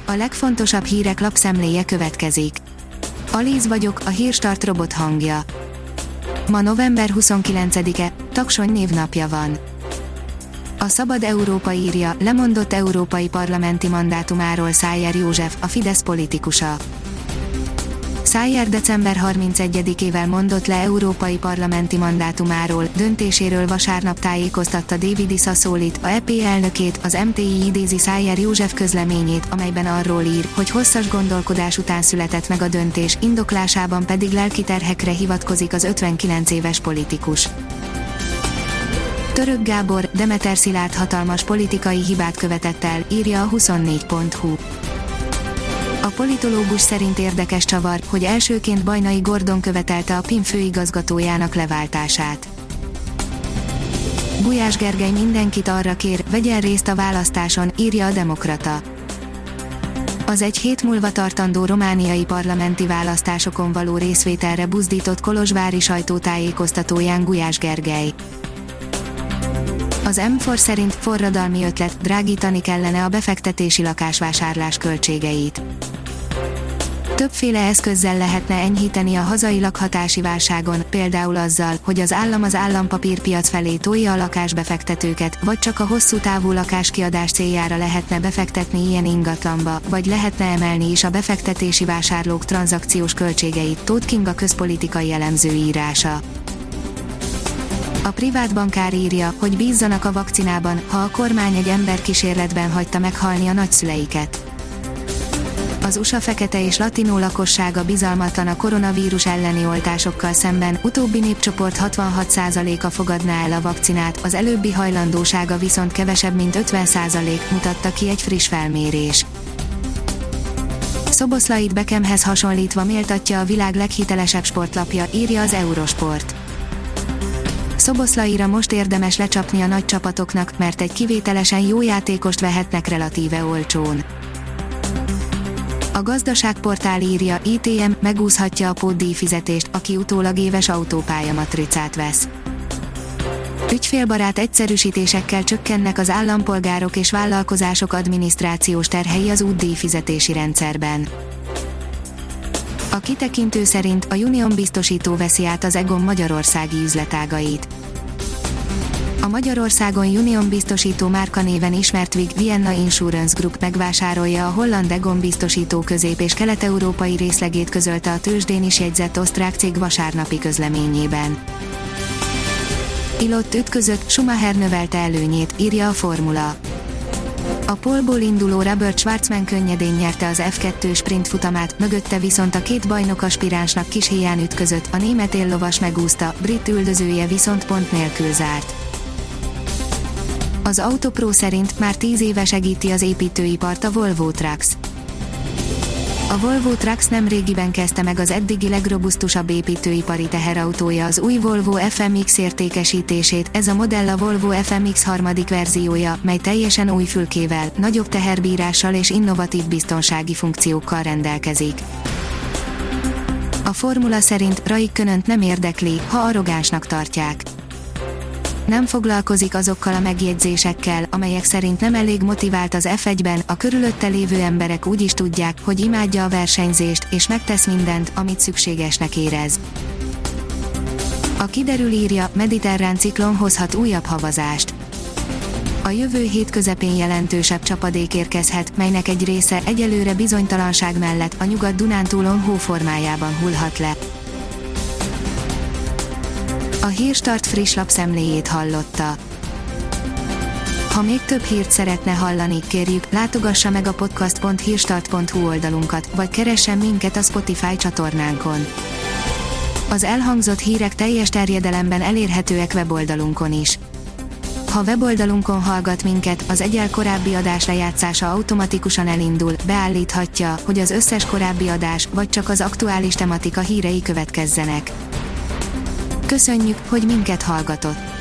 A legfontosabb hírek lapszemléje következik. Alíz vagyok, a Hírstart robot hangja. Ma november 29-e, Taksony névnapja van. A Szabad Európa írja, lemondott európai parlamenti mandátumáról Szájer József, a Fidesz politikusa. Szájer december 31-ével mondott le európai parlamenti mandátumáról, döntéséről vasárnap tájékoztatta Davide Sassoli-t, a EP elnökét, az MTI idézi Szájer József közleményét, amelyben arról ír, hogy hosszas gondolkodás után született meg a döntés, indoklásában pedig lelki terhekre hivatkozik az 59 éves politikus. Török Gábor, Demeter Szilárd hatalmas politikai hibát követett el, írja a 24.hu. A politológus szerint érdekes csavar, hogy elsőként Bajnai Gordon követelte a PIM főigazgatójának leváltását. Gulyás Gergely mindenkit arra kér, vegyen részt a választáson, írja a Demokrata. Az egy hét múlva tartandó romániai parlamenti választásokon való részvételre buzdított kolozsvári sajtótájékoztatóján Gulyás Gergely. Az M4 szerint forradalmi ötlet, drágítani kellene a befektetési lakásvásárlás költségeit. Többféle eszközzel lehetne enyhíteni a hazai lakhatási válságon, például azzal, hogy az állam az állampapírpiac felé tolja a lakásbefektetőket, vagy csak a hosszú távú lakáskiadás céljára lehetne befektetni ilyen ingatlanba, vagy lehetne emelni is a befektetési vásárlók tranzakciós költségeit, Tóth Kinga közpolitikai elemző írása. A privát bankár írja, hogy bízzanak a vakcinában, ha a kormány egy emberkísérletben hagyta meghalni a nagyszüleiket. Az USA fekete és latinó lakossága bizalmatlan a koronavírus elleni oltásokkal szemben, utóbbi népcsoport 66%-a fogadná el a vakcinát, az előbbi hajlandósága viszont kevesebb mint 50%, mutatta ki egy friss felmérés. Szoboszlait Beckhamhez hasonlítva méltatja a világ leghitelesebb sportlapja, írja az Eurosport. Szoboszlaira most érdemes lecsapni a nagy csapatoknak, mert egy kivételesen jó játékost vehetnek relatíve olcsón. A gazdaságportál írja, ITM megúszhatja a pótdíjfizetést, aki utólag éves autópályamatricát vesz. Ügyfélbarát egyszerűsítésekkel csökkennek az állampolgárok és vállalkozások adminisztrációs terhei az útdíjfizetési rendszerben. A kitekintő szerint a Union biztosító veszi át az Egon magyarországi üzletágait. A Magyarországon Union biztosító márkanéven ismert VIG Vienna Insurance Group megvásárolja a holland Egon biztosító közép- és kelet-európai részlegét, közölte a tőzsdén is jegyzett osztrák cég vasárnapi közleményében. Ilott ütközött, Schumacher növelte előnyét, írja a Formula. A pole-ból induló Robert Schwarzman könnyedén nyerte az F2 sprint futamát, mögötte viszont a két bajnok aspiránsnak kis héján ütközött, a német éllovas megúszta, brit üldözője viszont pont nélkül zárt. Az Autopro szerint már 10 éve segíti az építőipart a Volvo Trucks. A Volvo Trucks nemrégiben kezdte meg az eddigi legrobusztusabb építőipari teherautója, az új Volvo FMX értékesítését. Ez a modell a Volvo FMX harmadik verziója, mely teljesen új fülkével, nagyobb teherbírással és innovatív biztonsági funkciókkal rendelkezik. A Formula szerint Raikkonent nem érdekli, ha arrogánsnak tartják. Nem foglalkozik azokkal a megjegyzésekkel, amelyek szerint nem elég motivált az F1-ben, a körülötte lévő emberek úgy is tudják, hogy imádja a versenyzést, és megtesz mindent, amit szükségesnek érez. A kiderül írja, mediterrán ciklon hozhat újabb havazást. A jövő hét közepén jelentősebb csapadék érkezhet, melynek egy része egyelőre bizonytalanság mellett a Nyugat-Dunántúlon hó formájában hullhat le. A Hírstart friss lapszemléjét hallotta. Ha még több hírt szeretne hallani, kérjük, látogassa meg a podcast.hírstart.hu oldalunkat, vagy keressen minket a Spotify csatornánkon. Az elhangzott hírek teljes terjedelemben elérhetőek weboldalunkon is. Ha weboldalunkon hallgat minket, az egyel korábbi adás lejátszása automatikusan elindul, beállíthatja, hogy az összes korábbi adás, vagy csak az aktuális tematika hírei következzenek. Köszönjük, hogy minket hallgatott!